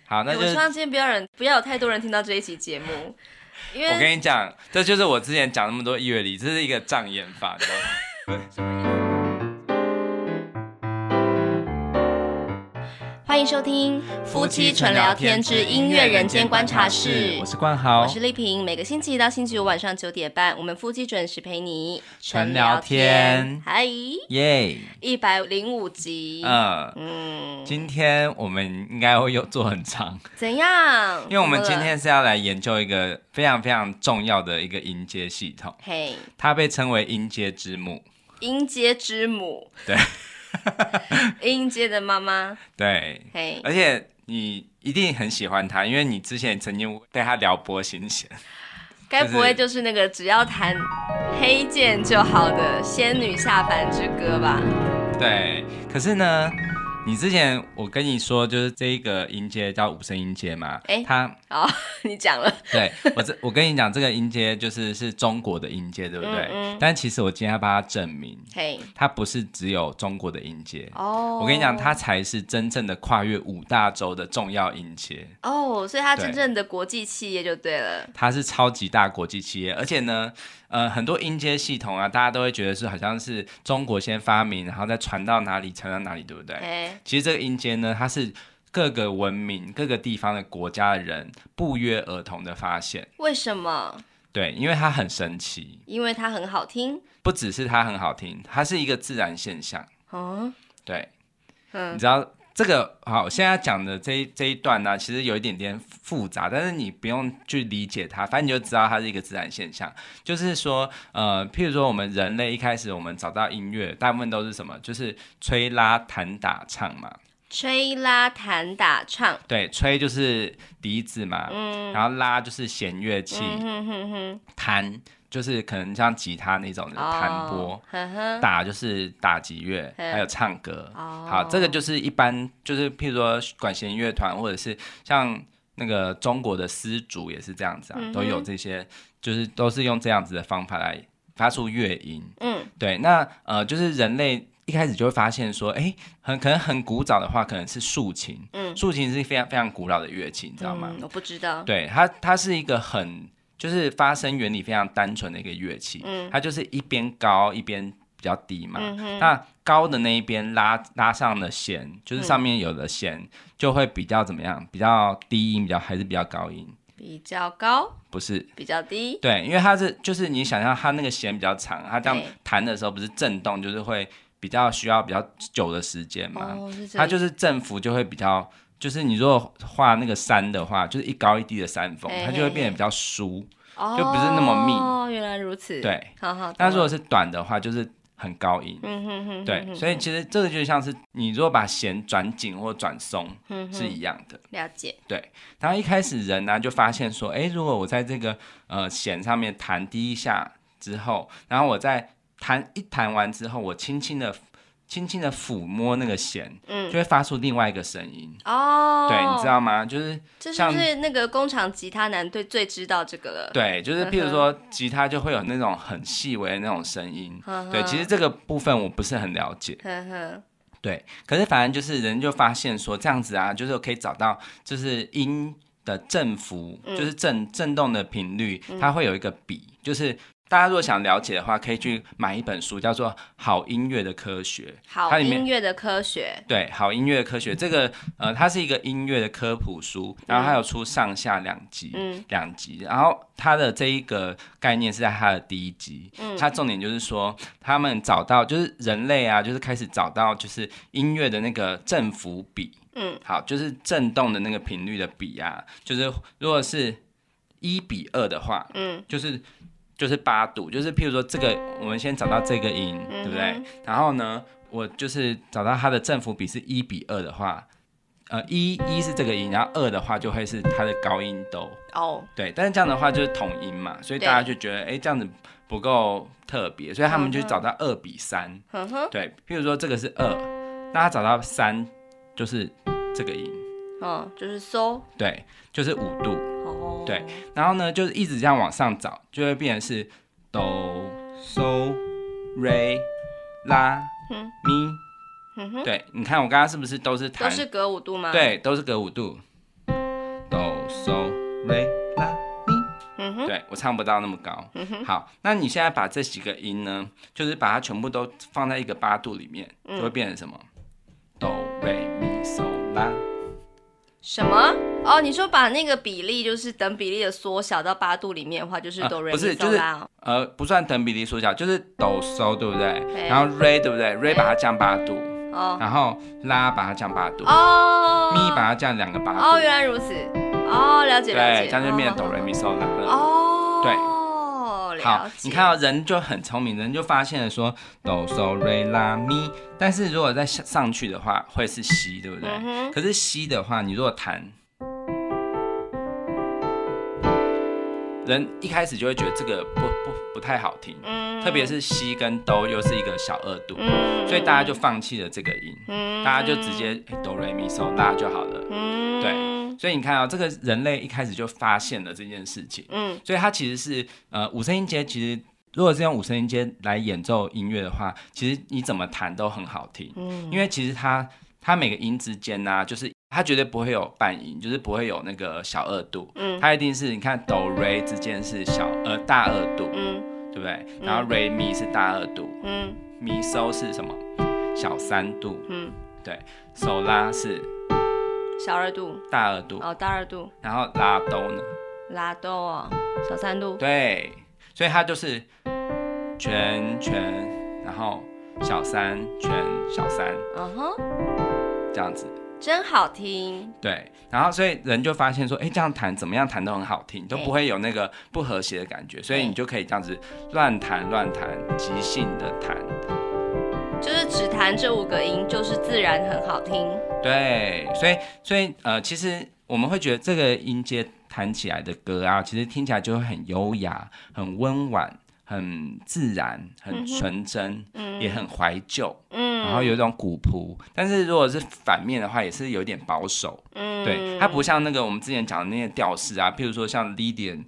好，那就我希望今天不要有太多人听到这一期节目，因为我跟你讲，这就是我之前讲那么多乐理，这是一个障眼法，你知道吗？ 什么意思？欢迎收听夫妻纯聊天之音乐人间观察室， 我是冠豪， 我是丽萍。每个星期一到星期五晚上9点半，我们夫妻准时陪你纯聊天。 嗨， 耶 ，105集。 今天我们应该会又做很长， 怎样？ 因为我们今天是要来研究一个非常非常重要的一个音阶系统， 嘿， 它被称为音阶之母。 音阶之母， 对。 音阶的妈妈， 对，而且你一定很喜欢他，因为你之前曾经对他撩拨心弦。 该不会就是那个只要弹黑键就好的仙女下凡之歌吧？ 对，可是呢，你之前我跟你说，就是这一个音阶叫五声音阶嘛， 你讲了， 对，我跟你讲，这个音阶是中国的音阶，对不对？但其实我今天要帮他证明，它不是只有中国的音阶哦。我跟你讲，它才是真正的跨越5大洲的重要音阶哦，所以它真正的国际企业就对了。 它是超级大国际企业，而且呢，很多音阶系统啊，大家都会觉得是好像是中国先发明，然后再传到哪里，传到哪里，对不对？其实这个音阶呢，它是各个文明、各个地方的国家的人不约而同的发现。 为什么？ 对，因为它很神奇， 因为它很好听。 不只是它很好听，它是一个自然现象。对，你知道这个好，现在讲的这一段呢，其实有一点点复杂，但是你不用去理解它，反正你就知道它是一个自然现象。就是说，譬如说我们人类一开始我们找到音乐，大部分都是什么？就是吹拉弹打唱嘛。 吹拉弹打唱，对， 吹就是笛子嘛，然后拉就是弦乐器，弹就是可能像吉他那种的弹拨，打就是打击乐，还有唱歌。好，这个就是一般就是譬如说管弦乐团，或者是像那个中国的丝竹也是这样子啊，都有这些，就是都是用这样子的方法来发出乐音。对，那就是人类一开始就会发现说，可能很古早的话，可能是竖琴。竖琴是非常非常古老的乐器，你知道吗？ 我不知道。对， 它是一个就是发声原理非常单纯的一个乐器。它就是一边高一边比较低嘛。那高的那一边拉上的弦，就是上面有的弦就会比较怎么样？比较低音，还是比较高音？ 比较高？不是， 比较低。 对，因为它就是你想象它那个弦比较长，它这样弹的时候不是震动，就是会比较需要比较久的时间嘛。它就是振幅就会比较，就是你如果画那个山的话，就是一高一低的山峰，它就会变得比较疏，就不是那么密。 哦，原来如此。对，好。 但如果是短的话，就是很高音。对，所以其实这个就像是你如果把弦转紧或转松是一样的。 了解。对， 然后一开始人呢就发现说，如果我在这个弦上面弹第一下之后，然后我再弹完之后，我轻轻的抚摸那个弦，就会发出另外一个声音。对，你知道吗？就是这是不是那个工厂吉他男最知道这个了？ 对，就是譬如说吉他就会有那种很细微的那种声音。对，其实这个部分我不是很了解。对，可是反正就是人就发现说这样子啊，就是可以找到就是音的振幅，就是震动的频率，它会有一个比，就是大家如果想了解的话，可以去买一本书，叫做《好音乐的科学》。 好音乐的科学。对， 好音乐的科学，这个它是一个音乐的科普书，然后它有出上下两集，然后它的这一个概念是在它的第1集，它重点就是说他们找到就是人类啊，就是开始找到就是音乐的那个振幅比，好，就是震动的那个频率的比啊，就是如果是1:2的话，就是8度，就是譬如说这个，我们先找到这个音，对不对？然后呢，我就是找到它的振幅比是1:2的话，一是这个音，然后2的话就会是它的高音哆。对，但是这样的话就是统音嘛，所以大家就觉得，这样子不够特别，所以他们就找到2:3。对，譬如说这个是2，那他找到3就是这个音。 就是嗦。对， 就是5度。对，然后呢，就是一直这样往上找，就会变成是哆、嗦、瑞、拉、咪。对，你看我刚刚是不是都是弹？ 都是隔5度吗？ 对，都是隔5度。 嗦瑞拉咪。对，我唱不到那么高。好，那你现在把这几个音呢，就是把它全部都放在一个8度里面，就会变成什么？哆瑞咪嗦拉。 什么？哦，你说把那个比例就是等比例的缩小到8度里面的话，就是哆瑞咪嗦拉。 不算等比例缩小，就是哆嗦，对不对？然后瑞，对不对？瑞把它降8度。然后拉把它降8度，咪把它降2个8度。 哦，原来如此。哦，了解了解。 对，这样就变成哆瑞咪嗦拉了。 哦， 对，好，你看到人就很聪明，人就发现了说哆嗦瑞拉咪，但是如果再上去的话会是西，对不对？可是西的话，你如果弹，人一开始就会觉得这个不太好听，特别是西跟哆又是一个小2度，所以大家就放弃了这个音，大家就直接哆瑞咪嗦拉就好了，对，所以你看这个人类一开始就发现了这件事情，所以它其实是五声音阶，其实如果是用五声音阶来演奏音乐的话，其实你怎么弹都很好听，因为其实它每个音之间呢，就是它绝对不会有半音，就是不会有那个小2度，它一定是你看哆瑞之间是大2度，对不对？然后瑞咪是大2度，咪嗦是什么？小3度，对，嗦拉是小2度， 大2度， 大2度， 然后拉哆呢？ 拉哆小3度， 对，所以它就是全，然后小3全小3，这样子。 真好听， 对，然后所以人就发现说，这样弹怎么样弹都很好听，都不会有那个不和谐的感觉，所以你就可以这样子乱弹，即兴的弹， 就是只弹这5个音，就是自然很好听。对， 所以其实我们会觉得这个音阶弹起来的歌啊，其实听起来就会很优雅、很温婉、很自然、很纯真，也很怀旧，然后有一种古朴，但是如果是反面的话，也是有点保守，对，它不像那个我们之前讲的那些调式啊，譬如说像 Lydian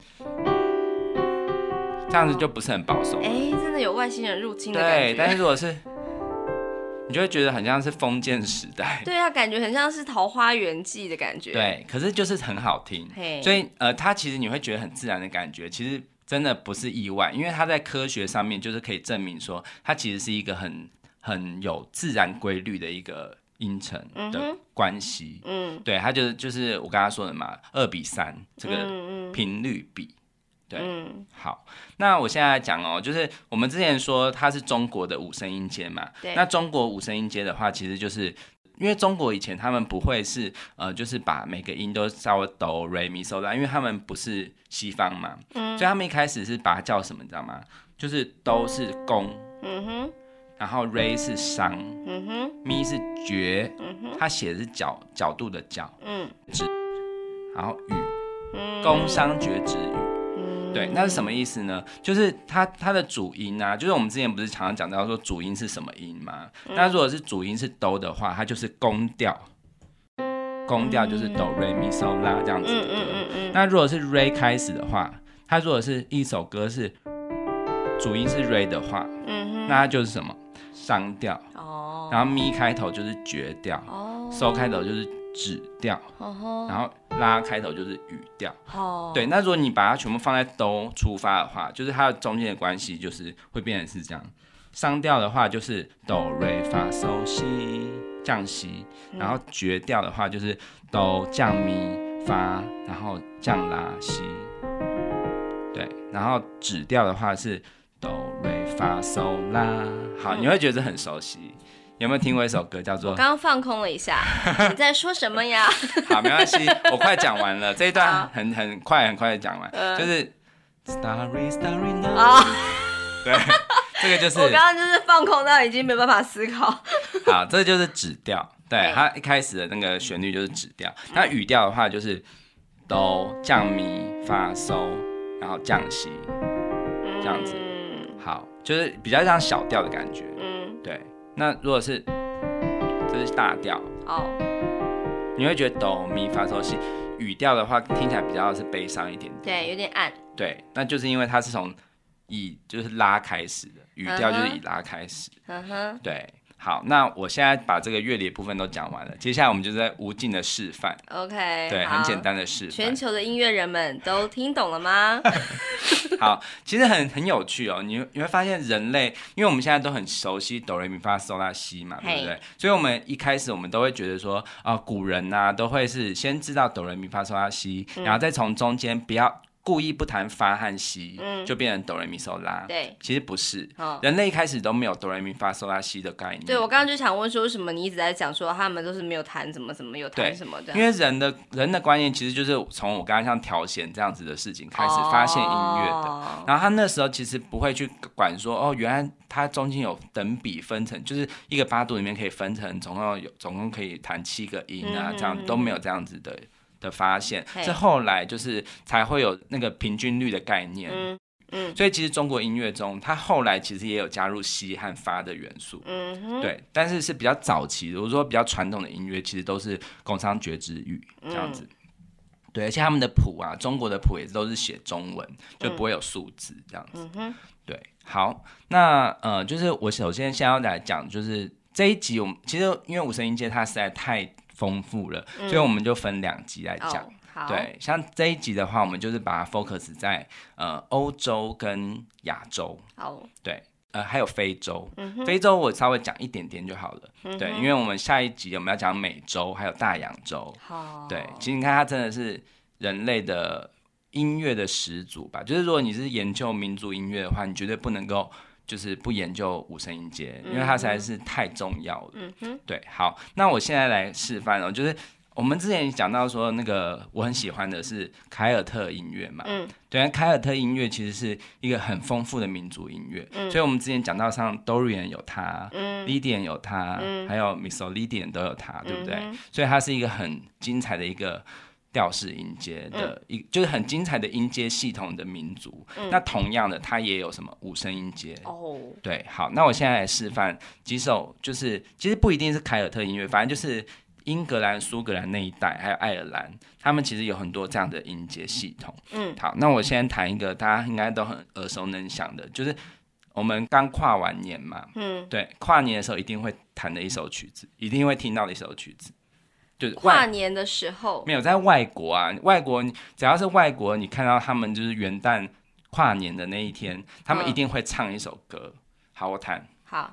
这样子就不是很保守， 真的有外星人入侵的感觉。 对，但是如果是你就会觉得很像是封建时代， 对啊，感觉很像是桃花源记的感觉， 对，可是就是很好听，所以它其实你会觉得很自然的感觉，其实真的不是意外，因为它在科学上面就是可以证明说，它其实是一个很有自然规律的一个音程的关系。对，它就是我刚刚说的嘛，2:3这个频率比。对，好，那我现在讲就是我们之前说它是中国的5声音阶嘛，那中国5声音阶的话，其实就是因为中国以前他们不会是就是把每个音都稍微哆瑞咪嗦拉，因为他们不是西方嘛，所以他们一开始是把它叫什么，你知道吗？就是哆是弓，然后瑞是商，咪是角，它写的是角度的角，指，然后语，弓商角徵羽。对，那是什么意思呢？就是它的主音啊，就是我们之前不是常常讲到说主音是什么音吗？那如果是主音是哆的话，它就是宫调，宫调就是哆瑞咪嗦拉这样子的歌。那如果是瑞开始的话，它如果是一首歌是主音是瑞的话，那它就是什么商调，然后咪开头就是绝调，嗦开头就是指调，然后拉开头就是语调。对，那如果你把它全部放在哆出发的话，就是它的中间的关系就是会变成是这样。商调的话就是哆瑞发嗦西降西，然后绝调的话就是哆降咪发，然后降拉西。对，然后指调的话是哆瑞发嗦拉。好，你会觉得很熟悉。有没有听过一首歌叫做？ 我刚刚放空了一下，你在说什么呀？ 好，没关系，我快讲完了，这一段很快的讲完，就是 Starry Starry Night。对，这个就是我刚刚就是放空到已经没办法思考。 好，这就是指调，对，它一开始的那个旋律就是指调。那语调的话就是哆降咪发嗦，然后降西，这样子。好，就是比较像小调的感觉。对。那如果是这是大调，你会觉得哆咪发嗦西。语调的话听起来比较是悲伤一点点， 对，有点暗。 对，那就是因为它是从以就是拉开始的，语调就是以拉开始。对， 好，那我现在把这个乐理部分都讲完了，接下来我们就在无尽的示范。 OK， 对，很简单的示范。 全球的音乐人们都听懂了吗？ 好，其实很有趣哦。你会发现人类，因为我们现在都很熟悉哆来咪发嗦拉西嘛，对不对？所以我们一开始我们都会觉得说，古人啊都会是先知道哆来咪发嗦拉西，然后再从中间不要故意不弹发和西，就变成哆来咪嗦拉。 对， 其实不是，人类一开始都没有哆来咪发嗦拉西的概念。 对，我刚刚就想问说，为什么你一直在讲说他们都是没有弹什么什么，有弹什么的？ 因为人的观念其实就是从我刚刚像调弦这样子的事情开始发现音乐的。然后他那时候其实不会去管说，原来它中间有等比分成，就是一个八度里面可以分成总共可以弹7个音啊，这样都没有这样子的发现，是后来就是才会有那个平均律的概念。所以其实中国音乐中，它后来其实也有加入西和发的元素。对，但是是比较早期的，如果说比较传统的音乐，其实都是工商角徵羽这样子。对，而且他们的谱啊，中国的谱也都是写中文，就不会有数字这样子。对，好，那就是我首先要来讲，就是这一集我们其实因为五声音阶它实在太丰富了，所以我们就分2集来讲。对，像这一集的话，我们就是把它 focus 在欧洲跟亚洲。对，还有非洲。非洲我稍微讲一点点就好了。对，因为我们下一集我们要讲美洲还有大洋洲。对，其实你看它真的是人类的音乐的始祖吧。就是如果你是研究民族音乐的话，你绝对不能够就是不研究五声音阶，因为它实在是太重要了。对，好，那我现在来示范哦，就是我们之前讲到说那个我很喜欢的是凯尔特音乐嘛。对，凯尔特音乐其实是一个很丰富的民族音乐。所以我们之前讲到像 Dorian 有它，Lydian 有它，还有 Mixolydian 都有它，对不对？所以它是一个很精彩的一个调式音阶的就是很精彩的音阶系统的民族。那同样的，它也有什么五声音阶。对，好，那我现在来示范几首，就是其实不一定是凯尔特音乐，反正就是英格兰、苏格兰那一带，还有爱尔兰，他们其实有很多这样的音阶系统。好，那我现在弹一个大家应该都很耳熟能详的，就是我们刚跨完年嘛。对，跨年的时候一定会弹的一首曲子，一定会听到的一首曲子。就是跨年的时候没有在外国啊，外国只要是外国，你看到他们就是元旦跨年的那一天，他们一定会唱一首歌。好，我弹。 好。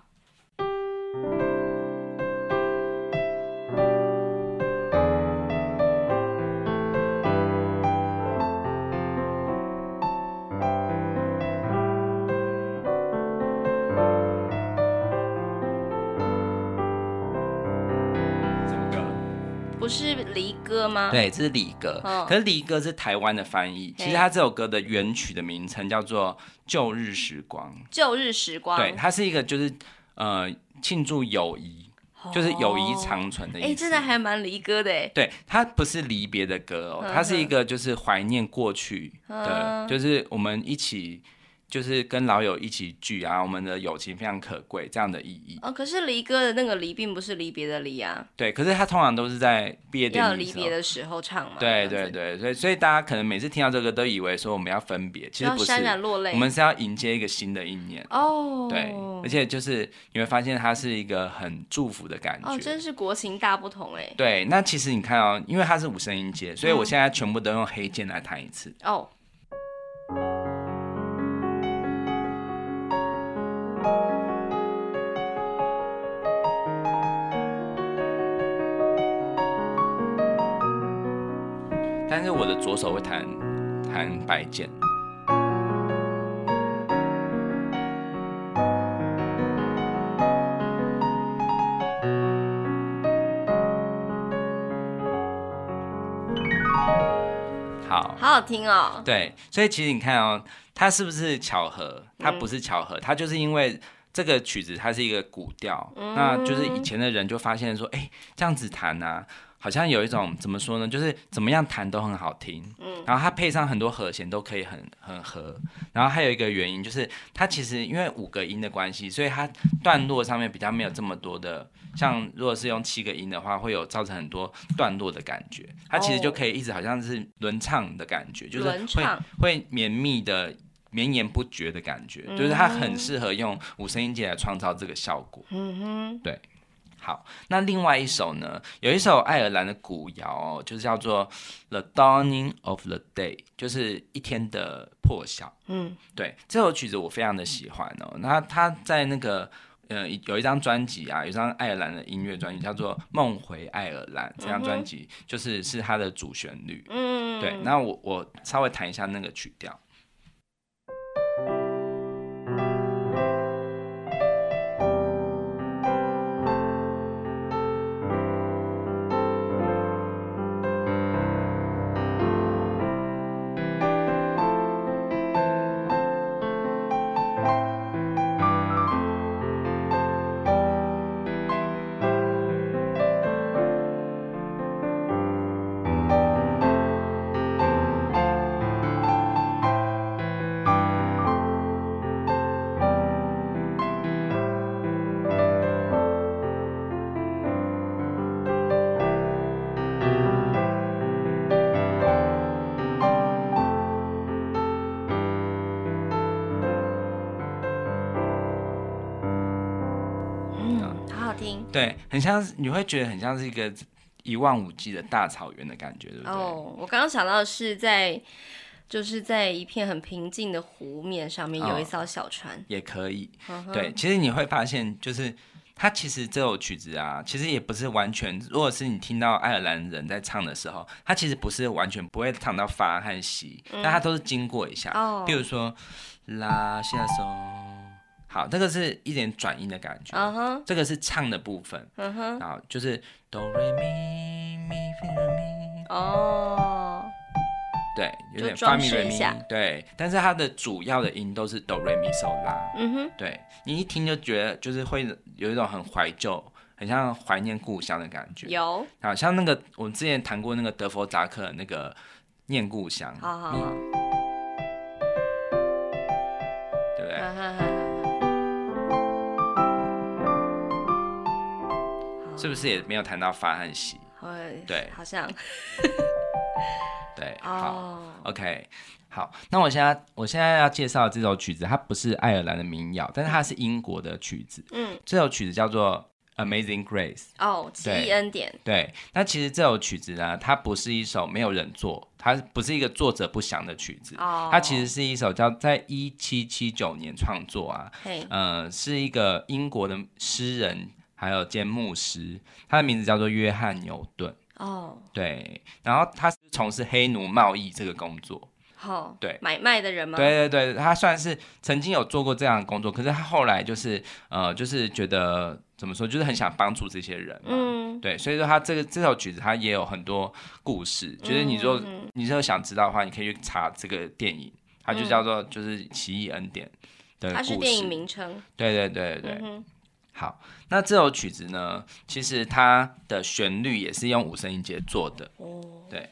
不是离歌吗？ 对，这是离歌。可是离歌是台湾的翻译，其实它这首歌的原曲的名称叫做《旧日时光》。 旧日时光， 对，它是一个就是庆祝友谊，就是友谊长存的意思。 真的还蛮离歌的哎。 对，它不是离别的歌它是一个就是怀念过去的，就是我们一起。就是跟老友一起聚啊，我们的友情非常可贵，这样的意义。 可是离歌的那个离并不是离别的离啊。 对，可是他通常都是在毕业典礼要离别的时候唱嘛。 对对对，所以大家可能每次听到这个都以为说我们要分别，其实不是， 潸然落泪。 我们是要迎接一个新的一年。对，而且就是你会发现它是一个很祝福的感觉。 真是国情大不同哎。 对，那其实你看因为它是五声音阶，所以我现在全部都用黑键来弹一次。但是我的左手会弹白键。好好听哦。 对，所以其实你看它是不是巧合？它不是巧合，它就是因为这个曲子它是一个古调，那就是以前的人就发现说，这样子弹啊。好像有一种怎么说呢，就是怎么样弹都很好听，然后它配上很多和弦都可以很合，然后还有一个原因就是它其实因为5个音的关系，所以它段落上面比较没有这么多的，像如果是用7个音的话，会有造成很多段落的感觉，它其实就可以一直好像是轮唱的感觉，就是会绵密的绵延不绝的感觉，就是它很适合用五声音阶来创造这个效果。对。好，那另外一首呢，有一首爱尔兰的古谣就是叫做 The Dawning of the Day， 就是一天的破晓。对，这首曲子我非常的喜欢那它在那个有一张专辑啊，有一张爱尔兰的音乐专辑叫做《梦回爱尔兰》，这张专辑是它的主旋律。对，那我稍微弹一下那个曲调。对，很像你会觉得很像是一个一望无际的大草原的感觉，对不对？ 我刚刚想到的是就是在一片很平静的湖面上面有一艘小船， 也可以。对，其实你会发现，就是它其实这首曲子啊，其实也不是完全，如果是你听到爱尔兰人在唱的时候，它其实不是完全不会唱到发和西，但它都是经过一下。比如说拉下手。好，这个是一点转音的感觉，这个是唱的部分，然后就是哆来咪咪发咪，对，有点发咪来咪，对，但是它的主要的音都是哆来咪嗦拉，对，你一听就觉得就是会有一种很怀旧，很像怀念故乡的感觉， 有， 好像那个我们之前谈过那个德弗扎克的那个念故乡， 好， 对不对？是不是也没有谈到发和西？对， 好像。 对，好，OK， 好。那我现在要介绍这首曲子，它不是爱尔兰的民谣，但是它是英国的曲子。这首曲子叫做 Amazing Grace。 奇异恩典。 对，那其实这首曲子呢，它不是一首没有人做，它不是一个作者不详的曲子。它其实是一首在1779年创作啊，是一个英国的诗人。还有兼牧师，他的名字叫做约翰牛顿。对，然后他是从事黑奴贸易这个工作。对， 买卖的人吗？ 对，他算是曾经有做过这样的工作，可是他后来就是觉得怎么说，就是很想帮助这些人嘛。对，所以说他这首曲子他也有很多故事，就是你说想知道的话，你可以去查这个电影，它就叫做就是奇异恩典的故事。 它是电影名称。 对。好，那这首曲子呢，其实它的旋律也是用五声音阶做的。对。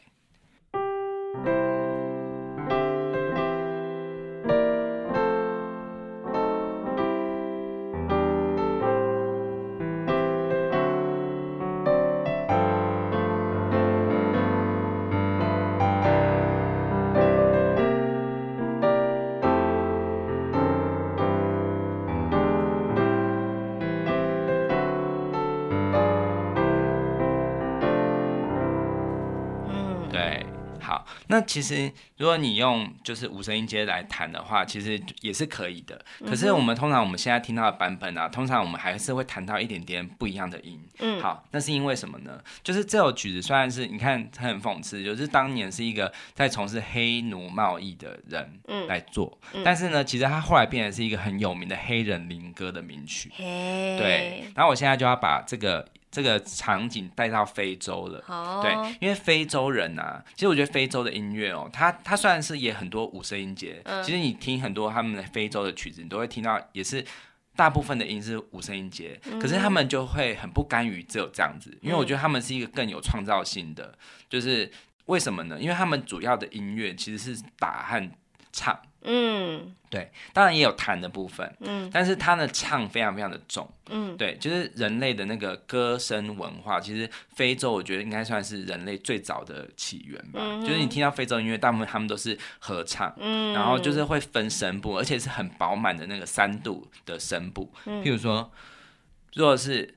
那其实如果你用就是五声音阶来弹的话，其实也是可以的。可是我们现在听到的版本啊，通常我们还是会弹到一点点不一样的音。好，那是因为什么呢？就是这首曲子虽然是你看它很讽刺，就是当年是一个在从事黑奴贸易的人来做，但是呢，其实它后来变成是一个很有名的黑人灵歌的名曲。对，然后我现在就要把这个场景带到非洲了。对，因为非洲人啊，其实我觉得非洲的音乐它虽然是也很多五声音阶，其实你听很多他们的非洲的曲子，你都会听到也是大部分的音是五声音阶，可是他们就会很不甘于只有这样子，因为我觉得他们是一个更有创造性的，就是为什么呢？因为他们主要的音乐其实是打和唱。对，当然也有弹的部分，但是他的唱非常非常的重，对，就是人类的那个歌声文化，其实非洲我觉得应该算是人类最早的起源吧，就是你听到非洲音乐，大部分他们都是合唱，然后就是会分声部，而且是很饱满的那个3度的声部，譬如说，如果是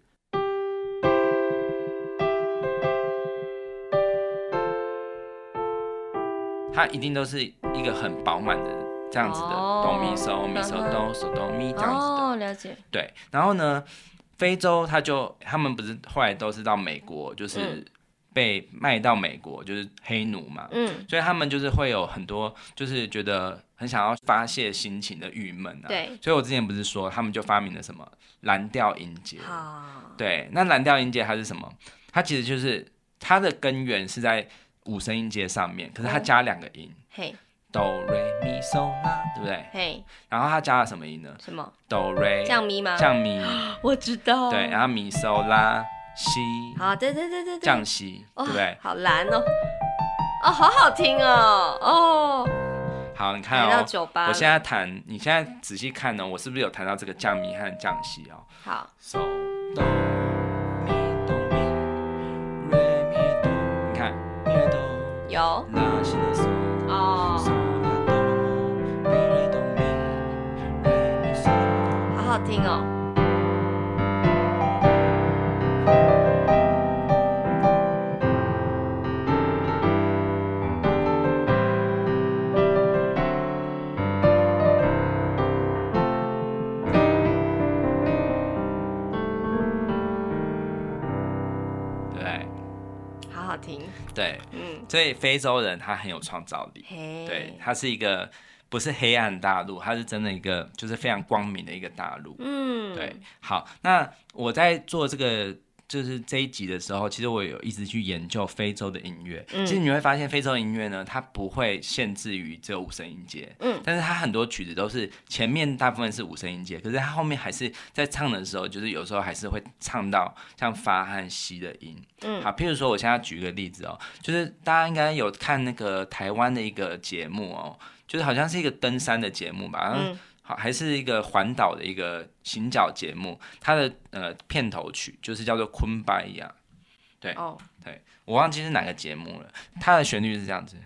它一定都是一个很饱满的这样子的哆咪嗦咪嗦哆嗦哆咪这样子的。 了解。 对，然后呢，非洲他们不是后来都是到美国，就是被卖到美国，就是黑奴嘛。所以他们就是会有很多，就是觉得很想要发泄心情的郁闷啊。 对。 所以我之前不是说他们就发明了什么蓝调音阶？对，那蓝调音阶它是什么？它其实就是它的根源是在5声音阶上面，可是它加2个音，哆瑞咪嗦啦，对不对？然后它加了什么音呢？ 什么？ 哆瑞降咪吗？ 降咪， 我知道。 对，然后咪嗦啦西， 好，对， 降西，对不对？ 好蓝哦，好好听哦， 好，你看哦，我现在弹，你现在仔细看哦，我是不是有弹到这个降咪和降西哦？ 好。 嗦哆咪哆咪瑞咪哆，你看咪瑞哆有拉西拉嗦嗦拉哆咪瑞哆咪瑞咪嗦， 好好听哦。 对，所以非洲人他很有创造力，对，他是一个不是黑暗大陆，他是真的一个就是非常光明的一个大陆，对。好，那我在做这个就是这一集的时候，其实我有一直去研究非洲的音乐，其实你会发现非洲的音乐呢，它不会限制于只有5声音阶，但是它很多曲子都是前面大部分是5声音阶，可是它后面还是在唱的时候，就是有时候还是会唱到像发和西的音，好，譬如说我现在举个例子哦，就是大家应该有看那个台湾的一个节目哦，就是好像是一个登山的节目吧，好，还是一个环岛的一个行脚节目，它的片头曲就是叫做《昆巴伊亚》，对，对，我忘记是哪个节目了，它的旋律是这样子。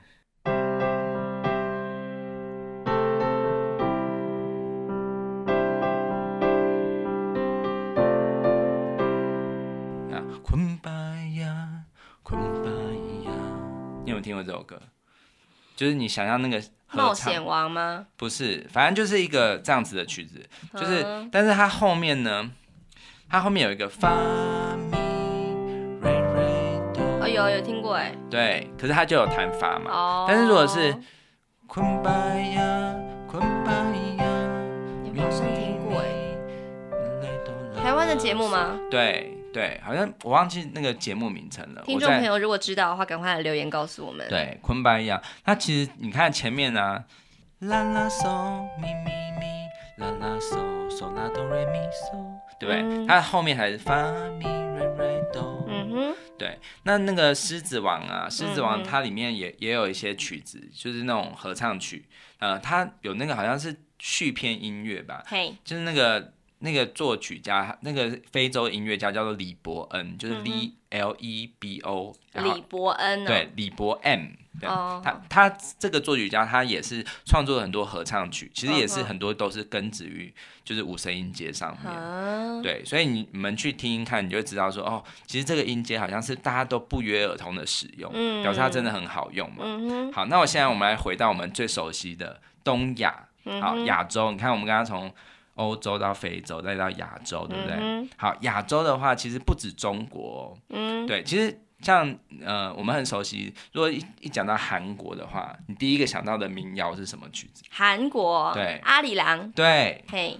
昆巴伊亚，昆巴伊亚，你有没有听过这首歌？就是你想象那个冒险王吗？ 不是，反正就是一个这样子的曲子，就是，但是它后面呢，它后面有一个发咪瑞瑞哆， 有听过哎， 对，可是它就有弹发嘛，但是如果是昆巴呀，昆巴呀， 你好像听过哎，台湾的节目吗？ 对，好像我忘记那个节目名称了。 听众朋友如果知道的话，赶快来留言告诉我们。 对，昆巴一样，它其实你看前面啊，啦啦嗦咪咪咪，啦啦嗦嗦啦哆瑞咪嗦，对不对？它后面还是发咪瑞瑞哆。对，那个狮子王啊，狮子王它里面也有一些曲子，就是那种合唱曲，它有那个好像是续篇音乐吧，就是那个作曲家，那个非洲音乐家叫做李伯恩，就是 Lebo， 李伯恩， 对，李伯 M， 对，他这个作曲家他也是创作了很多合唱曲，其实也是很多都是根植于就是5声音阶上面，对，所以你们去听听看，你就会知道说，哦，其实这个音阶好像是大家都不约而同的使用，表示它真的很好用嘛。好，那现在我们来回到我们最熟悉的东亚，好，亚洲，你看我们刚刚从欧洲到非洲，再到亚洲，对不对？好，亚洲的话，其实不止中国，对，其实像我们很熟悉，如果一讲到韩国的话，你第一个想到的民谣是什么曲子？ 韩国， 对， 阿里郎， 对， 嘿。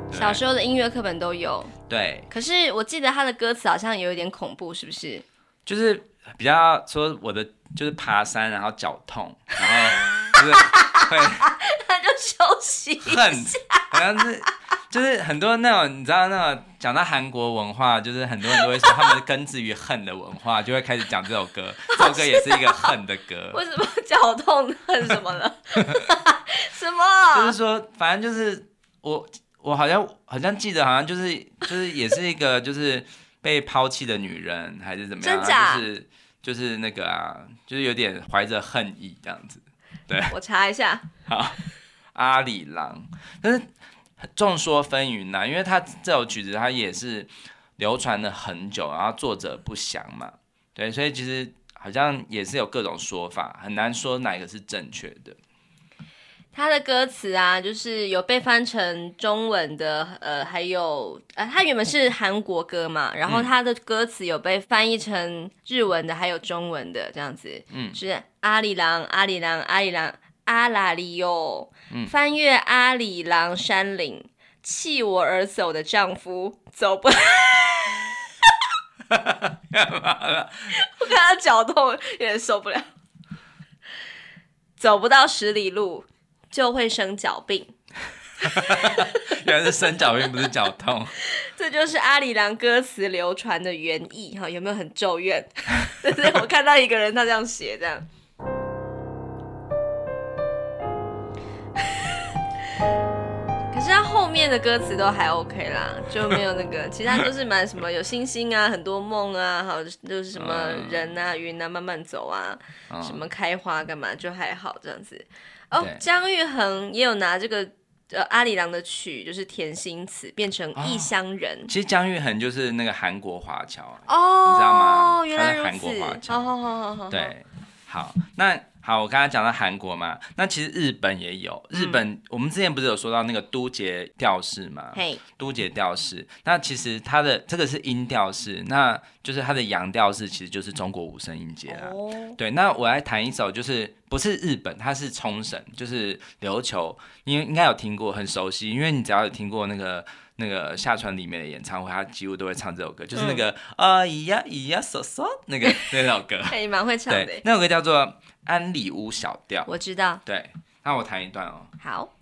小时候的音乐课本都有。 对。 可是我记得他的歌词好像有一点恐怖，是不是？ 就是比较说我的就是爬山，然后脚痛，然后就是会他就休息一下， 好像是就是很多那种你知道那种讲到韩国文化，就是很多人都会说他们根植于恨的文化，就会开始讲这首歌。这首歌也是一个恨的歌。 为什么脚痛恨什么了？什么？ 就是说，反正就是我好像记得，好像就是也是一个就是被抛弃的女人，还是怎么样？ 真假？ 就是那个啊，就是有点怀着恨意这样子。对， 我查一下。 好，阿里郎，但是众说纷纭呐，因为他这首曲子他也是流传了很久，然后作者不详嘛，对，所以其实好像也是有各种说法，很难说哪个是正确的。 他的歌词啊，就是有被翻成中文的，还有他原本是韩国歌嘛，然后他的歌词有被翻译成日文的，还有中文的这样子，是阿里郎阿里郎阿里郎阿拉里哟，翻越阿里郎山岭，弃我而走的丈夫走不。 干嘛了？ 我看他脚痛，有点受不了。走不到10里路。就会生脚病。 原来是生脚病，不是脚痛。 这就是阿里郎歌词流传的原意，有没有很咒怨？就是我看到一个人他这样写，这样。可是他后面的歌词都还 OK 啦，就没有那个，其他都是蛮什么有星星啊，很多梦啊，好就是什么人啊、云啊慢慢走啊，什么开花干嘛，就还好这样子。哦，姜育恒也有拿这个阿里郎的曲，就是甜心词变成异乡人。 其实姜育恒就是那个韩国华侨， 你知道吗？ 原来如此。 他是韩国华侨。 好。 对，好，好，我刚才讲到韩国嘛，那其实日本也有。日本我们之前不是有说到那个都节调式嘛？都节调式，那其实它的这个是音调式，那就是它的阳调式，其实就是中国五声音阶啦。对，那我来弹一首，就是不是日本，它是冲绳，就是琉球，你应该有听过，很熟悉，因为你只要有听过那个夏川里面的演唱会，他几乎都会唱这首歌，就是那个咿呀咿呀嗦嗦那首歌。 你蛮会唱的。 对，那首歌叫做安里屋小调。 我知道。 对，那我弹一段哦。 好。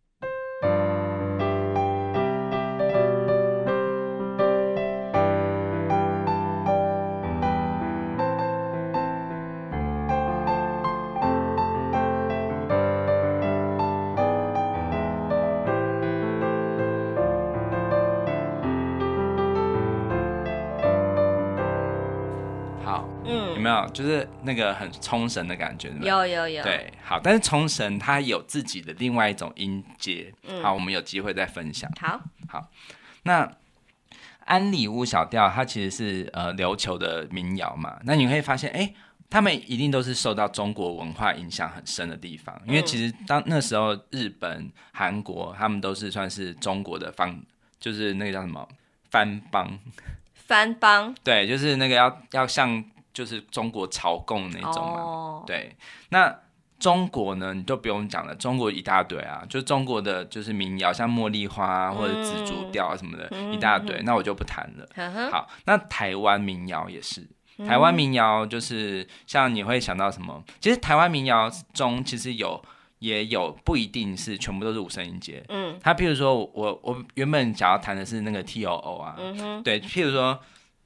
有没有就是那个很冲绳的感觉？ 有。 对，好，但是冲绳它有自己的另外一种音阶。好，我们有机会再分享。好，那安里屋小调它其实是琉球的民谣嘛，那你会发现他们一定都是受到中国文化影响很深的地方，因为其实那时候日本、韩国他们都是算是中国的就是那个叫什么藩邦，对，就是那个要像就是中国朝贡那种嘛。对，那中国呢，你都不用讲了，中国一大堆啊，就中国的就是民谣，像茉莉花啊，或者紫竹调啊什么的，一大堆，那我就不谈了。好，那台湾民谣也是。台湾民谣就是像你会想到什么？其实台湾民谣中其实也有不一定是全部都是五声音阶。它譬如说我原本想要弹的是那个 TOO 啊，对，譬如说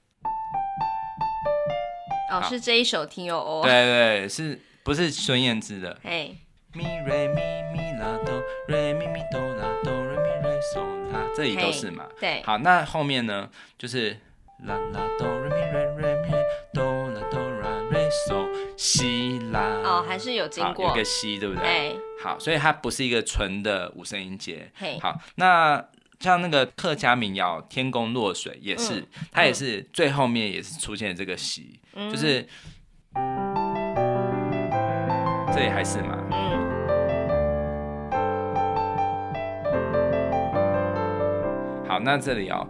是这一首 TOO。 对，是不是孙燕姿的？咪瑞咪咪拉哆瑞咪咪哆拉哆瑞咪瑞嗦拉，这里都是嘛。 对， 好，那后面呢就是啦啦哆瑞咪瑞瑞咪哆啦哆啦瑞嗦西啦。 还是有经过有个西，对不对？好，所以它不是一个纯的五声音阶。好，那像那个客家民谣《天公落水》也是，它也是最后面也是出现这个西，就是这里还是嘛。好，那这里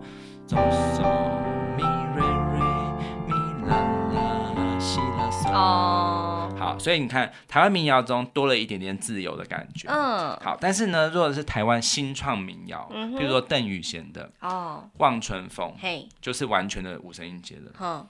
咪瑞瑞咪啦啦西啦嗦。好， 好，所以你看台湾民谣中多了一点点自由的感觉。好，但是呢，如果是台湾新创民谣，比如说邓雨贤的望春风，就是完全的五声音阶的。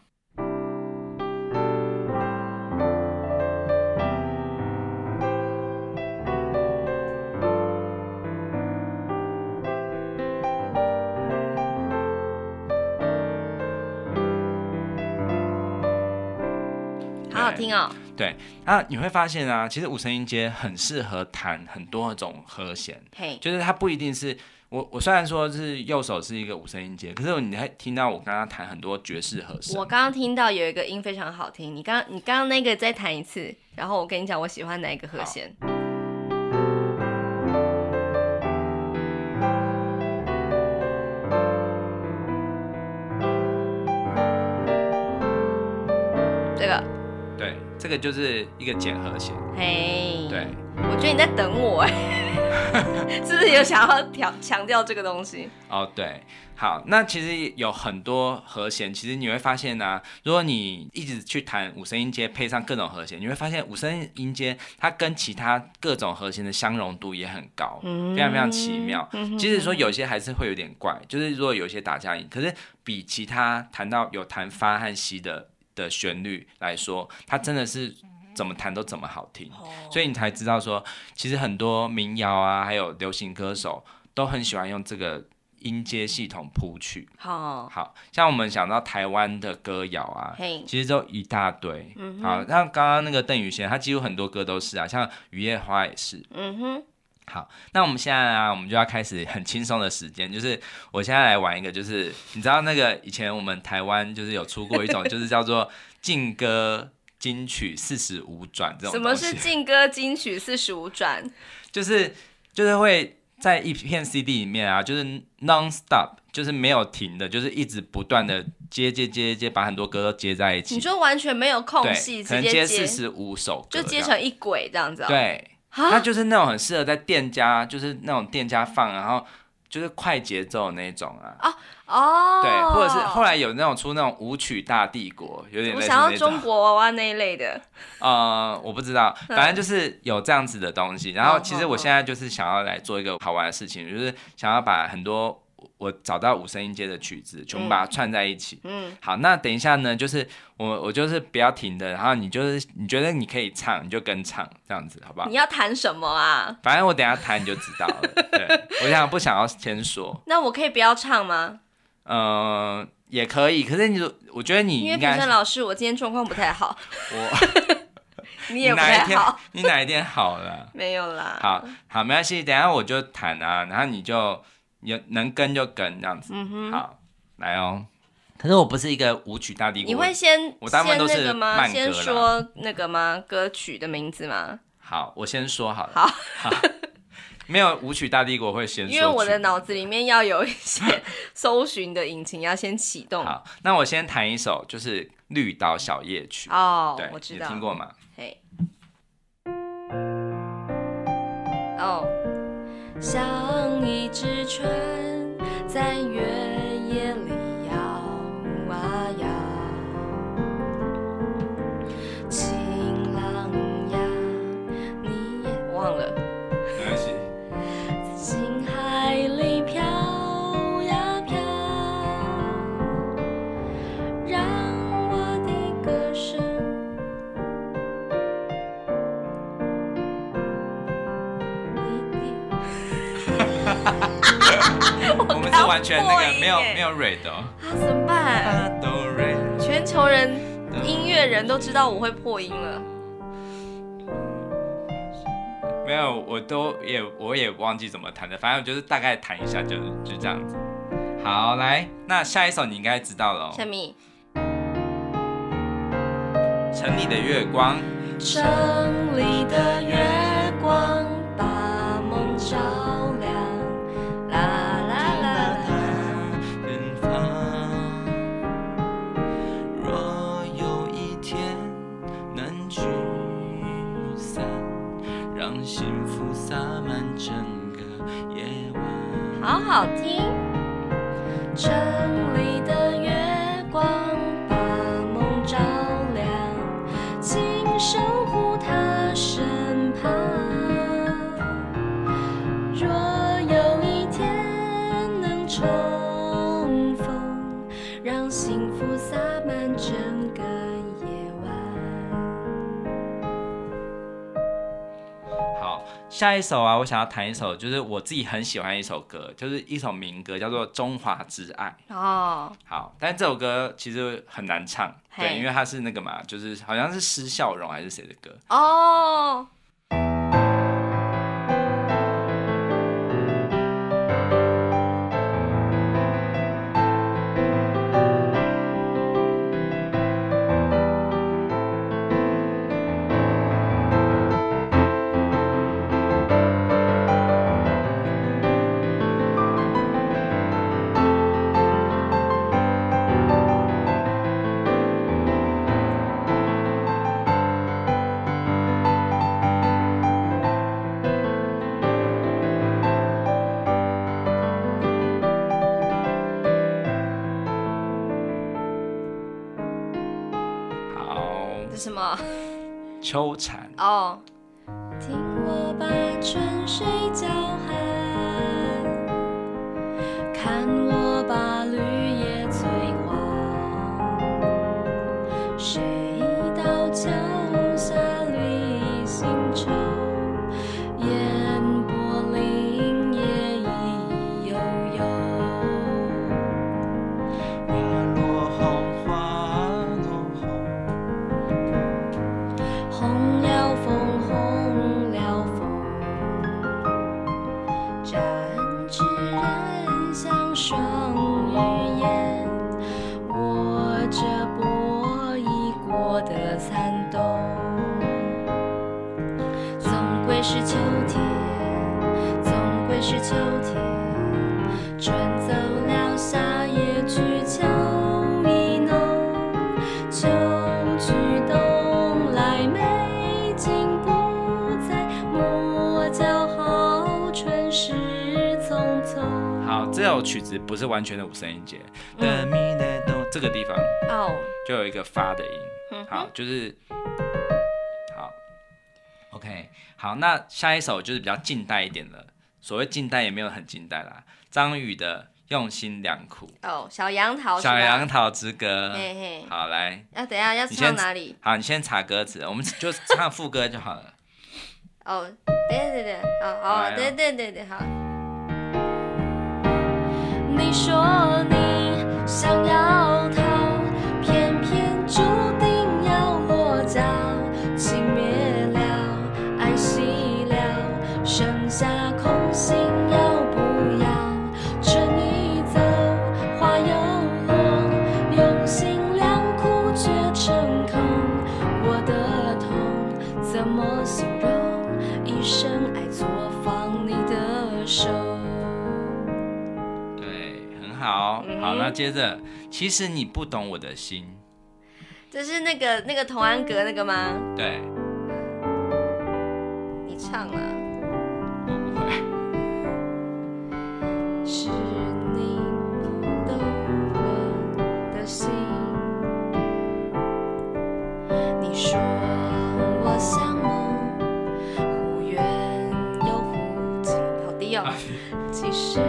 好好听哦。 对，你会发现啊，其实五声音阶很适合弹很多种和弦，就是它不一定是我虽然说是右手是一个五声音阶，可是你会听到我刚刚弹很多爵士和声。 我刚刚听到有一个音非常好听，你刚刚那个再弹一次，然后我跟你讲我喜欢哪一个和弦。这个。 对，这个就是一个减和弦。对， 我觉得你在等我是不是有想要强调这个东西？ 对，好，那其实有很多和弦，其实你会发现啊，如果你一直去弹五声音阶，配上各种和弦，你会发现五声音阶它跟其他各种和弦的相容度也很高，非常非常奇妙。即使说有些还是会有点怪，就是如果有些打架音，可是比其他弹到有弹发和西的旋律来说，它真的是怎么弹都怎么好听，所以你才知道说，其实很多民谣啊，还有流行歌手都很喜欢用这个音阶系统谱曲。好像我们想到台湾的歌谣啊，其实都一大堆。好，像刚刚那个邓雨贤，他几乎很多歌都是啊，像雨夜花也是。好，那我们现在啊，我们就要开始很轻松的时间，就是我现在来玩一个，就是你知道那个以前我们台湾就是有出过一种，就是叫做劲歌金曲45转这种东西。什么是劲歌金曲45转？ 就是会在一片 CD 里面啊，就是 non stop， 就是没有停的，就是一直不断的接，把很多歌都接在一起。 你说完全没有空隙， 可能接45首歌， 就接成一轨这样子。 对。它就是那种很适合在店家，就是那种店家放，然后就是快节奏的那种啊。对，或者是后来有那种出那种舞曲大帝国，有点类似那种。 我想要中国娃娃那一类的。 我不知道，反正就是有这样子的东西。然后其实我现在就是想要来做一个好玩的事情，就是想要把很多我找到五声音阶的曲子全部把它串在一起。好，那等一下呢，就是我就是不要停的，然后你觉得你可以唱，你就跟唱这样子，好不好？ 你要弹什么啊？ 反正我等一下弹你就知道了。对，我不想要先说。 那我可以不要唱吗？ 也可以，可是我觉得你因为评审老师，我今天状况不太好。你也不太好。你哪一天好了？ 没有啦。 好，没关系，等一下我就弹啊，然后你就能跟就跟这样子。好，来哦。可是我不是一个舞曲大帝国， 你会我大部分都是慢歌啦。 先说那个吗？歌曲的名字吗？ 好，我先说好了。 好。 没有舞曲大帝国会先说， 因为我的脑子里面要有一些搜寻的引擎要先启动。 好，那我先弹一首就是绿岛小夜曲。对， 我知道， 你听过吗？ 像一只船在月夜里摇啊摇，晴朗呀，你也忘了。 没关系。 星海里飘呀飘，让我的歌声。 我们是完全那个没有 rate 的。 怎么办？全球人音乐人都知道我会破音了。 没有，我也忘记怎么弹的，反正就是大概弹一下就这样子。好，来，那下一首你应该知道了。 什么？ 城里的月光。 城里的月光把梦照亮，啦啦啦啦。 远方，若有一天能聚散，让幸福洒满整个夜晚。 好好听。城里的月光把梦照亮，轻声呼他。 重逢，让幸福洒满整个夜晚。 好，下一首啊，我想要弹一首，就是我自己很喜欢的一首歌，就是一首民歌，叫做《中华之爱》。 哦， 好，但这首歌其实很难唱，对，因为它是那个嘛，就是好像是施孝荣还是谁的歌。 哦。什么？ 秋蝉。 哦。听我把春水叫喊，看我把绿叶催黄，谁道桥下绿新愁，烟波林叶意悠悠。 花落红，花落红， 红了风，红了风，展枝人像双语言，握着波已过的残冬。总归是秋天，总归是秋天，春走了，夏夜去秋意浓，秋去冬来，美景不再，莫叫好春事匆匆。 好，这首曲子不是完全的五声音节，这个地方就有一个发的音。好，就是好 ，OK， 好，那下一首就是比较近代一点的，所谓近代也没有很近代啦，张宇的用心良苦。 哦，小杨桃， 小杨桃之歌。 嘿嘿， 好，来， 等一下要唱哪里？ 好，你先查歌词，我们就唱副歌就好了。 哦，对，好，对，好。你说你想要逃，偏偏注定要落脚，情灭了，爱熄了，剩下空心要不要？春已走，花又落，用心良苦却成空。我的痛怎么形容？一生爱错放你的手。 好，那接着，其实你不懂我的心， 这是那个童安格那个吗？ 对， 你唱啊。 我不会。 是你不懂我的心，你说我像梦，忽远又忽近，好低哦。其实。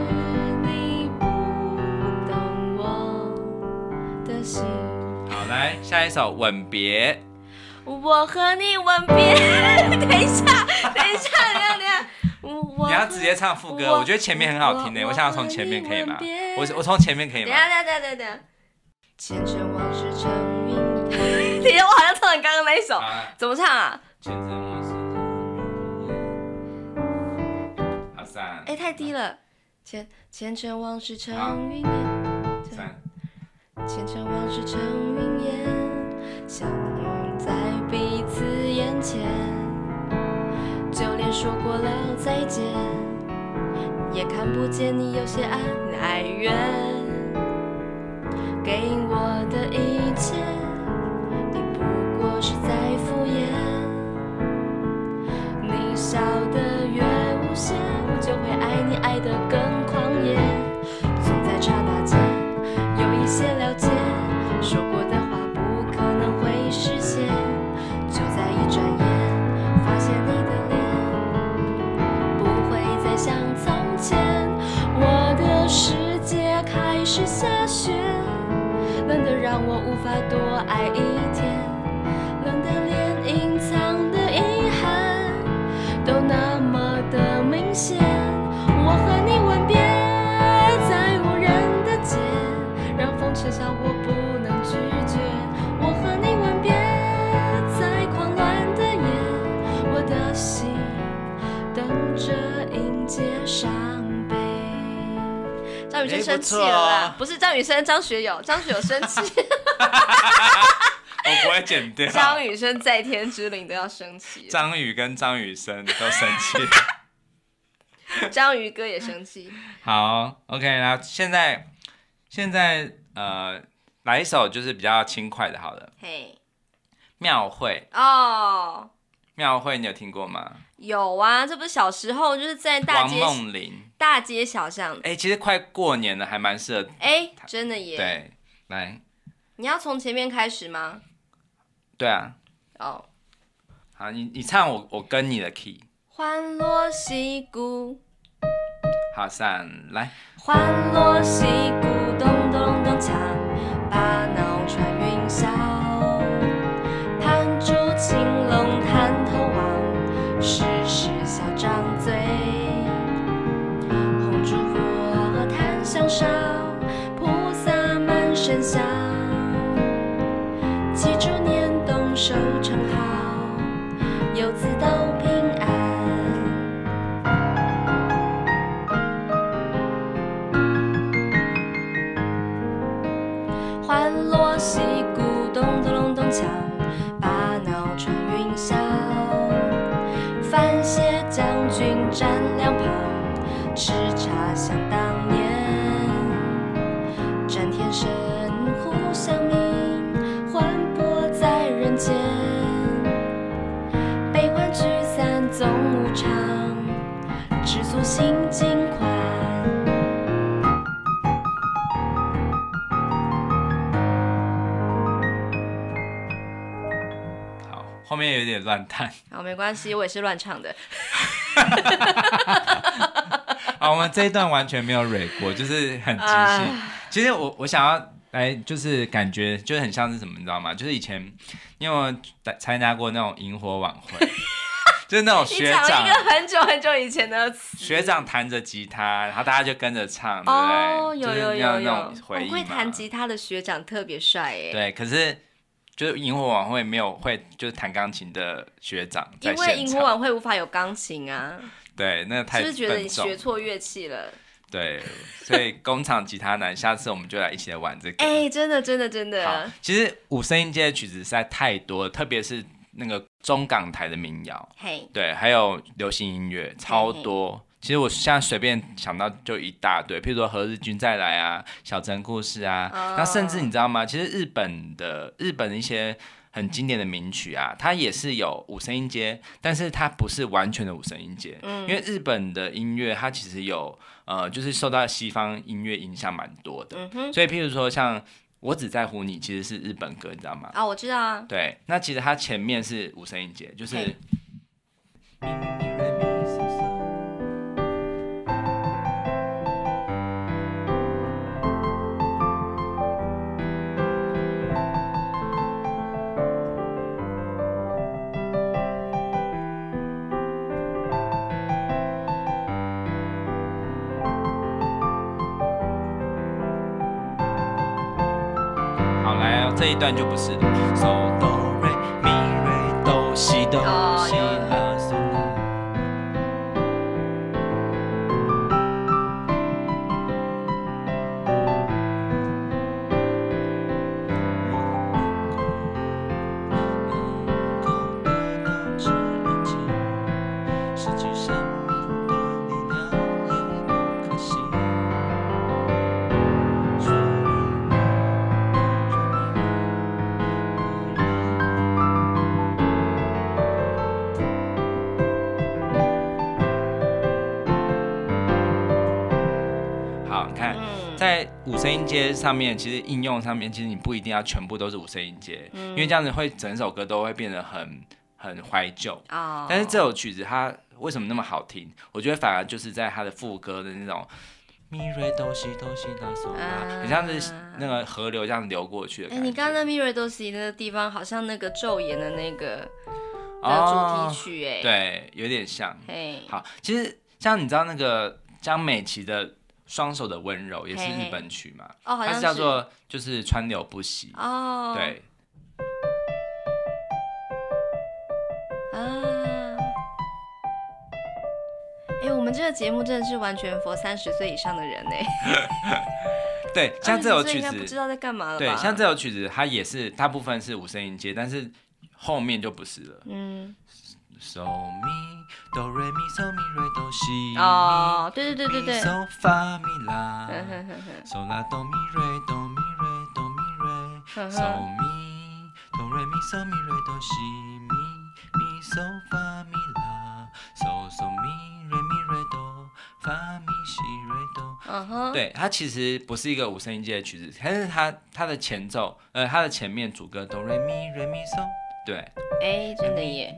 好，来下一首《吻别》。 我和你吻别。等一下， 你要直接唱副歌，我觉得前面很好听的，我想要从前面可以吗？我从前面可以吗？ 等下，前尘往事成云烟。等一下，我好像唱了刚刚那一首，怎么唱啊？ 前尘往事成云烟。好，3。 太低了。前尘往事成云烟。 3。 前尘往事成云烟，相遇在彼此眼前，就连说过了再见，也看不见你有些哀怨。给我的一切，你不过是在敷衍。你笑得越无邪，我就会爱你爱得更狂野。总在刹那间有一些了解，说过的话不可能会实现，就在一转眼发现你的脸不会再像从前，我的世时下雪，冷得让我无法多爱一天，冷得连隐藏的遗憾都那么的明显。我和你吻别在无人的街，让风吹笑我不能拒绝。我和你吻别在狂乱的夜，我的心等着迎接伤悲。张雨生生气了啦，不是张雨生，张学友，张学友生气。 我不会剪掉。 张雨生在天之灵都要生气， 张宇跟张雨生都生气。 章鱼哥也生气。 好 ，OK， 然后现在来一首就是比较轻快的，好了。 嘿， 庙会哦， 庙会你有听过吗？ 有啊，这不是小时候就是在大街王梦玲大街小巷。 其实快过年了，还蛮适合。 真的耶。 对，来， 你要从前面开始吗？ 对啊。 哦， 好，你唱我跟你的 key。 欢锣喜鼓。 好，3来。 欢锣喜鼓，咚咚咚锵，把脑穿云霄。盘珠青龙探头望，时时笑张嘴。红烛火檀香烧，菩萨满身香。祈祝年冬收成好，游子都平安。欢锣喜鼓，咚咚咚锵，把脑穿云霄。范谢将军站两旁，吃茶想当年。战天神互相鸣，魂魄在人间。悲欢聚散总无常，知足心尽宽。 后面有点乱弹， 好，没关系，我也是乱唱的。 好，我们这一段完全没有蕊过，就是很即兴。其实我想要来，就是感觉就是很像是什么，你知道吗？就是以前你有参加过那种萤火晚会，就是那种学长， 你讲一个很久很久以前的词， 学长弹着吉他，然后大家就跟着唱，对不对？ 哦，有那种回忆嘛。 会弹吉他的学长特别帅耶。 对，可是。就是萤火晚会没有会就是弹钢琴的学长在现场， 因为萤火晚会无法有钢琴啊。 对，那个太是不是觉得你学错乐器了？ 对，所以工厂吉他男，下次我们就来一起来玩这个。 真的。 好，其实五声音阶的曲子实在太多了，特别是那个中港台的民谣，对，还有流行音乐超多。其实我现在随便想到就一大堆，譬如说何日君再来啊，小城故事啊，那甚至你知道吗？其实日本的一些很经典的名曲啊，它也是有五声音阶，但是它不是完全的五声音阶，因为日本的音乐它其实有就是受到西方音乐影响蛮多的，所以譬如说像我只在乎你其实是日本歌，你知道吗？ 我知道啊。 对，那其实它前面是五声音阶，就是。这一段就不是了。So do re mi re do si do si la so la。能够得到这一切，失去生命的力量也不可惜。在五声音阶上面，其实应用上面，其实你不一定要全部都是五声音阶，因为这样子会整首歌都会变得很怀旧。但是这首曲子它为什么那么好听？我觉得反而就是在它的副歌的那种咪瑞哆西哆西拉嗦拉，很像是那个河流这样流过去的感觉。 你刚刚那咪瑞哆西那个地方，好像那个昼颜的那个的主题曲对，有点像。 嘿， 好，其实像你知道那个江美琪的双手的温柔也是日本曲嘛？ 好像它是叫做就是川流不息。对。 我们这个节目真的是完全佛30岁以上的人对，像这首曲子应该不知道在干嘛了吧？ 对，像这首曲子它也是大部分是五声音阶，但是后面就不是了。So mi do re mi so mi re do si 对 so fa mi la so la do mi re do mi re do mi re so mi do re mi so mi re do si mi so fa mi la so mi re mi re do fa mi si re do 对，它其实不是一个五声音阶的曲子，但是它的前奏它的前面主歌 do re mi re mi so 对， 真的耶。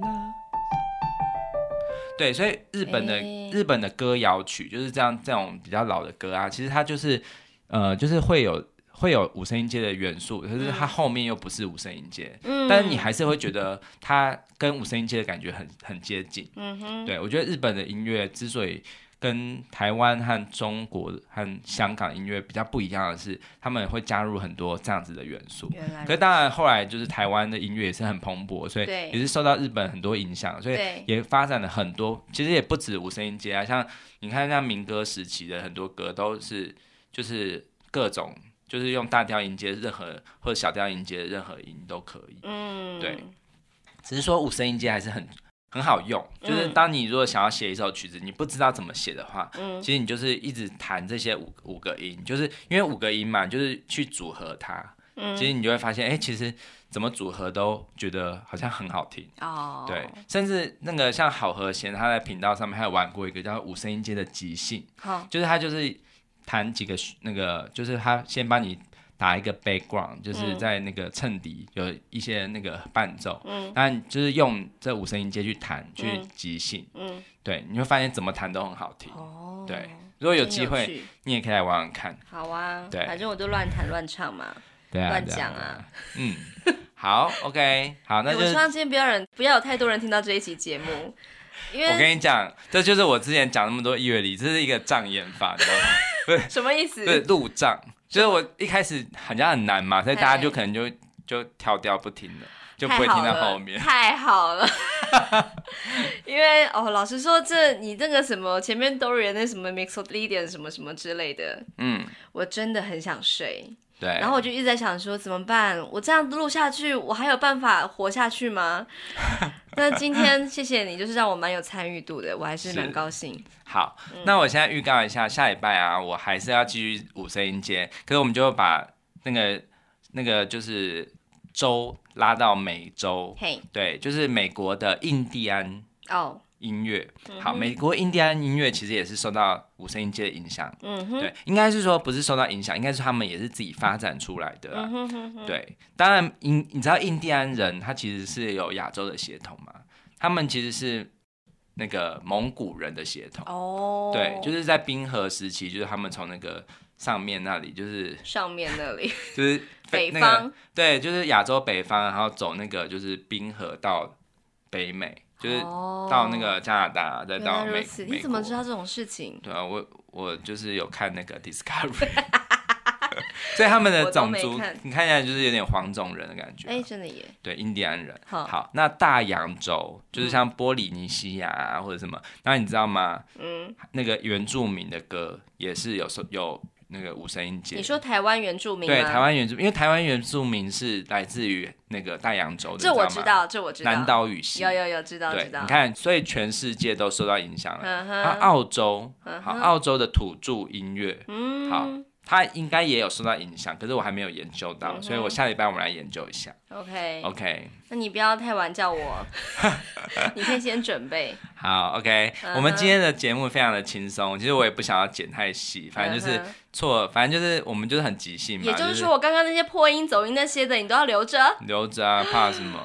对，所以日本的歌谣曲就是这种比较老的歌啊，其实它就是就是会有五声音阶的元素，可是它后面又不是五声音阶，但是你还是会觉得它跟五声音阶的感觉很接近。对，我觉得日本的音乐之所以跟台湾和中国和香港音乐比较不一样的是，他们会加入很多这样子的元素。可是当然后来就是台湾的音乐也是很蓬勃，所以也是受到日本很多影响，所以也发展了很多。其实也不止五声音阶啊，像你看像民歌时期的很多歌都是就是各种就是用大调音阶任何或者小调音阶的任何音都可以。对，只是说五声音阶还是很好用，就是当你如果想要写一首曲子，你不知道怎么写的话，其实你就是一直弹这些五个音，就是因为五个音嘛，就是去组合它，其实你就会发现，其实怎么组合都觉得好像很好听。对，甚至那个像好和弦，他在频道上面还有玩过一个叫五声音阶的即兴，就是他就是弹几个那个，就是他先帮你打一个 background， 就是在那个衬底有一些那个伴奏，但就是用这五声音阶去弹，去即兴，对，你会发现怎么弹都很好听。对，如果有机会，你也可以来玩玩看。 好啊， 对， 反正我就乱弹乱唱嘛，乱讲啊。 好 ，OK， 好，那就我希望今天不要有太多人听到这一期节目，因为我跟你讲，这就是我之前讲那么多乐理，这是一个障眼法，你知道吗？不是什么意思？ 对，路障。就是我一开始好像很难嘛，所以大家就可能就跳掉不听了，就不会听到后面。 太好了，因为老实说，你这个什么前面都有那什么 mixolydian 什么什么之类的，我真的很想睡。 对， 然后我就一直在想说怎么办？我这样录下去，我还有办法活下去吗？那今天谢谢你，就是让我蛮有参与度的，我还是蛮高兴。 好，那我现在预告一下，下礼拜啊，我还是要继续五声音阶，可是我们就把那个就是州拉到美洲，对，就是美国的印第安音乐。好，美国印第安音乐其实也是受到五声音阶的影响，对，应该是说不是受到影响，应该是他们也是自己发展出来的啊。对，当然你知道印第安人他其实是有亚洲的血统嘛，他们其实是那个蒙古人的血统。对，就是在冰河时期，就是他们从那个上面那里，就是上面那里就是北方， 对，就是亚洲北方，然后走那个就是冰河到北美。就是到那个加拿大，再到美国。 你怎么知道这种事情？ 对啊，我就是有看那个 Discovery， 所以他们的种族你看起来就是有点黄种人的感觉。 真的耶。 对，印第安人。好，那大洋洲就是像波利尼西亚啊或者什么，那你知道吗？那个原住民的歌也是有那个五声音阶。 你说台湾原住民吗？ 对，台湾原住民，因为台湾原住民是来自于那个大洋洲的， 这我知道， 南岛语系， 有知道。 对，你看，所以全世界都受到影响了。澳洲，澳洲的土著音乐，好，它应该也有受到影响，可是我还没有研究到，所以我下礼拜我们来研究一下。OK， 那你不要太晚叫我，你可以先准备。 好 ，OK， 我们今天的节目非常的轻松，其实我也不想要剪太细，反正就是反正就是我们就是很即兴嘛。 也就是说，我刚刚那些破音走音那些的，你都要留着。 留着啊，怕什么？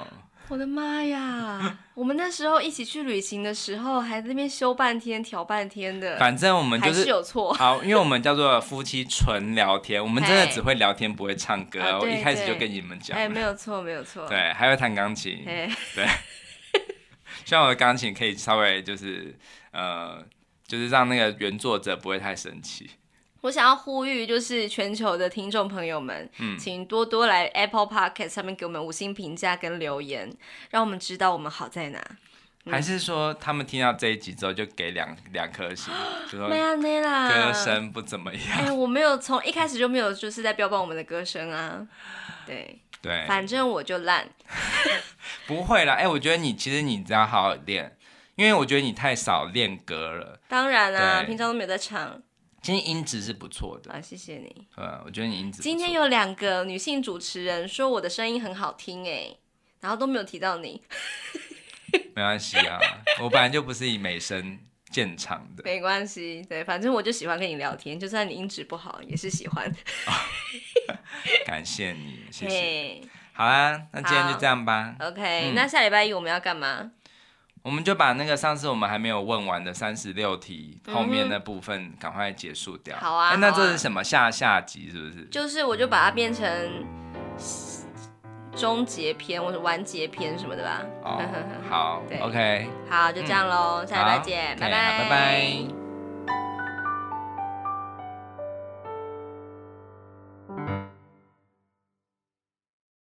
我的妈呀！我们那时候一起去旅行的时候，还在那边修半天、调半天的。 反正我们就是还是有错。 好，因为我们叫做夫妻纯聊天，我们真的只会聊天，不会唱歌。我一开始就跟你们讲。 没有错，没有错。 对，还会弹钢琴。对，希望我的钢琴可以稍微就是让那个原作者不会太生气。 我想要呼吁，就是全球的听众朋友们，请多多来 Apple Podcast 上面给我们5星评价跟留言，让我们知道我们好在哪。 还是说他们听到这一集之后就给两颗星，就说没啦， 歌声不怎么样。 我没有从一开始就没有就是在标榜我们的歌声啊。对，反正我就烂。 不会啦，我觉得其实你只要好好练，因为我觉得你太少练歌了。 当然啦，平常都没有在唱。 今天音质是不错的谢谢你。 我觉得你音质不错。 今天有2个女性主持人说我的声音很好听然后都没有提到你。 没关系啊，我本来就不是以美声见长的。 没关系，对，反正我就喜欢跟你聊天，就算你音质不好也是喜欢。 感谢你，谢谢。好啦，那今天就这样吧。 OK，那下礼拜一我们要干嘛？ 我们就把那个上次我们还没有问完的36题后面的部分赶快结束掉。 好啊。 那这是什么下集是不是？ 就是我就把它变成终结篇或者完结篇什么的吧。 好，OK， 好，就这样咯，下礼拜见，拜拜， 拜拜。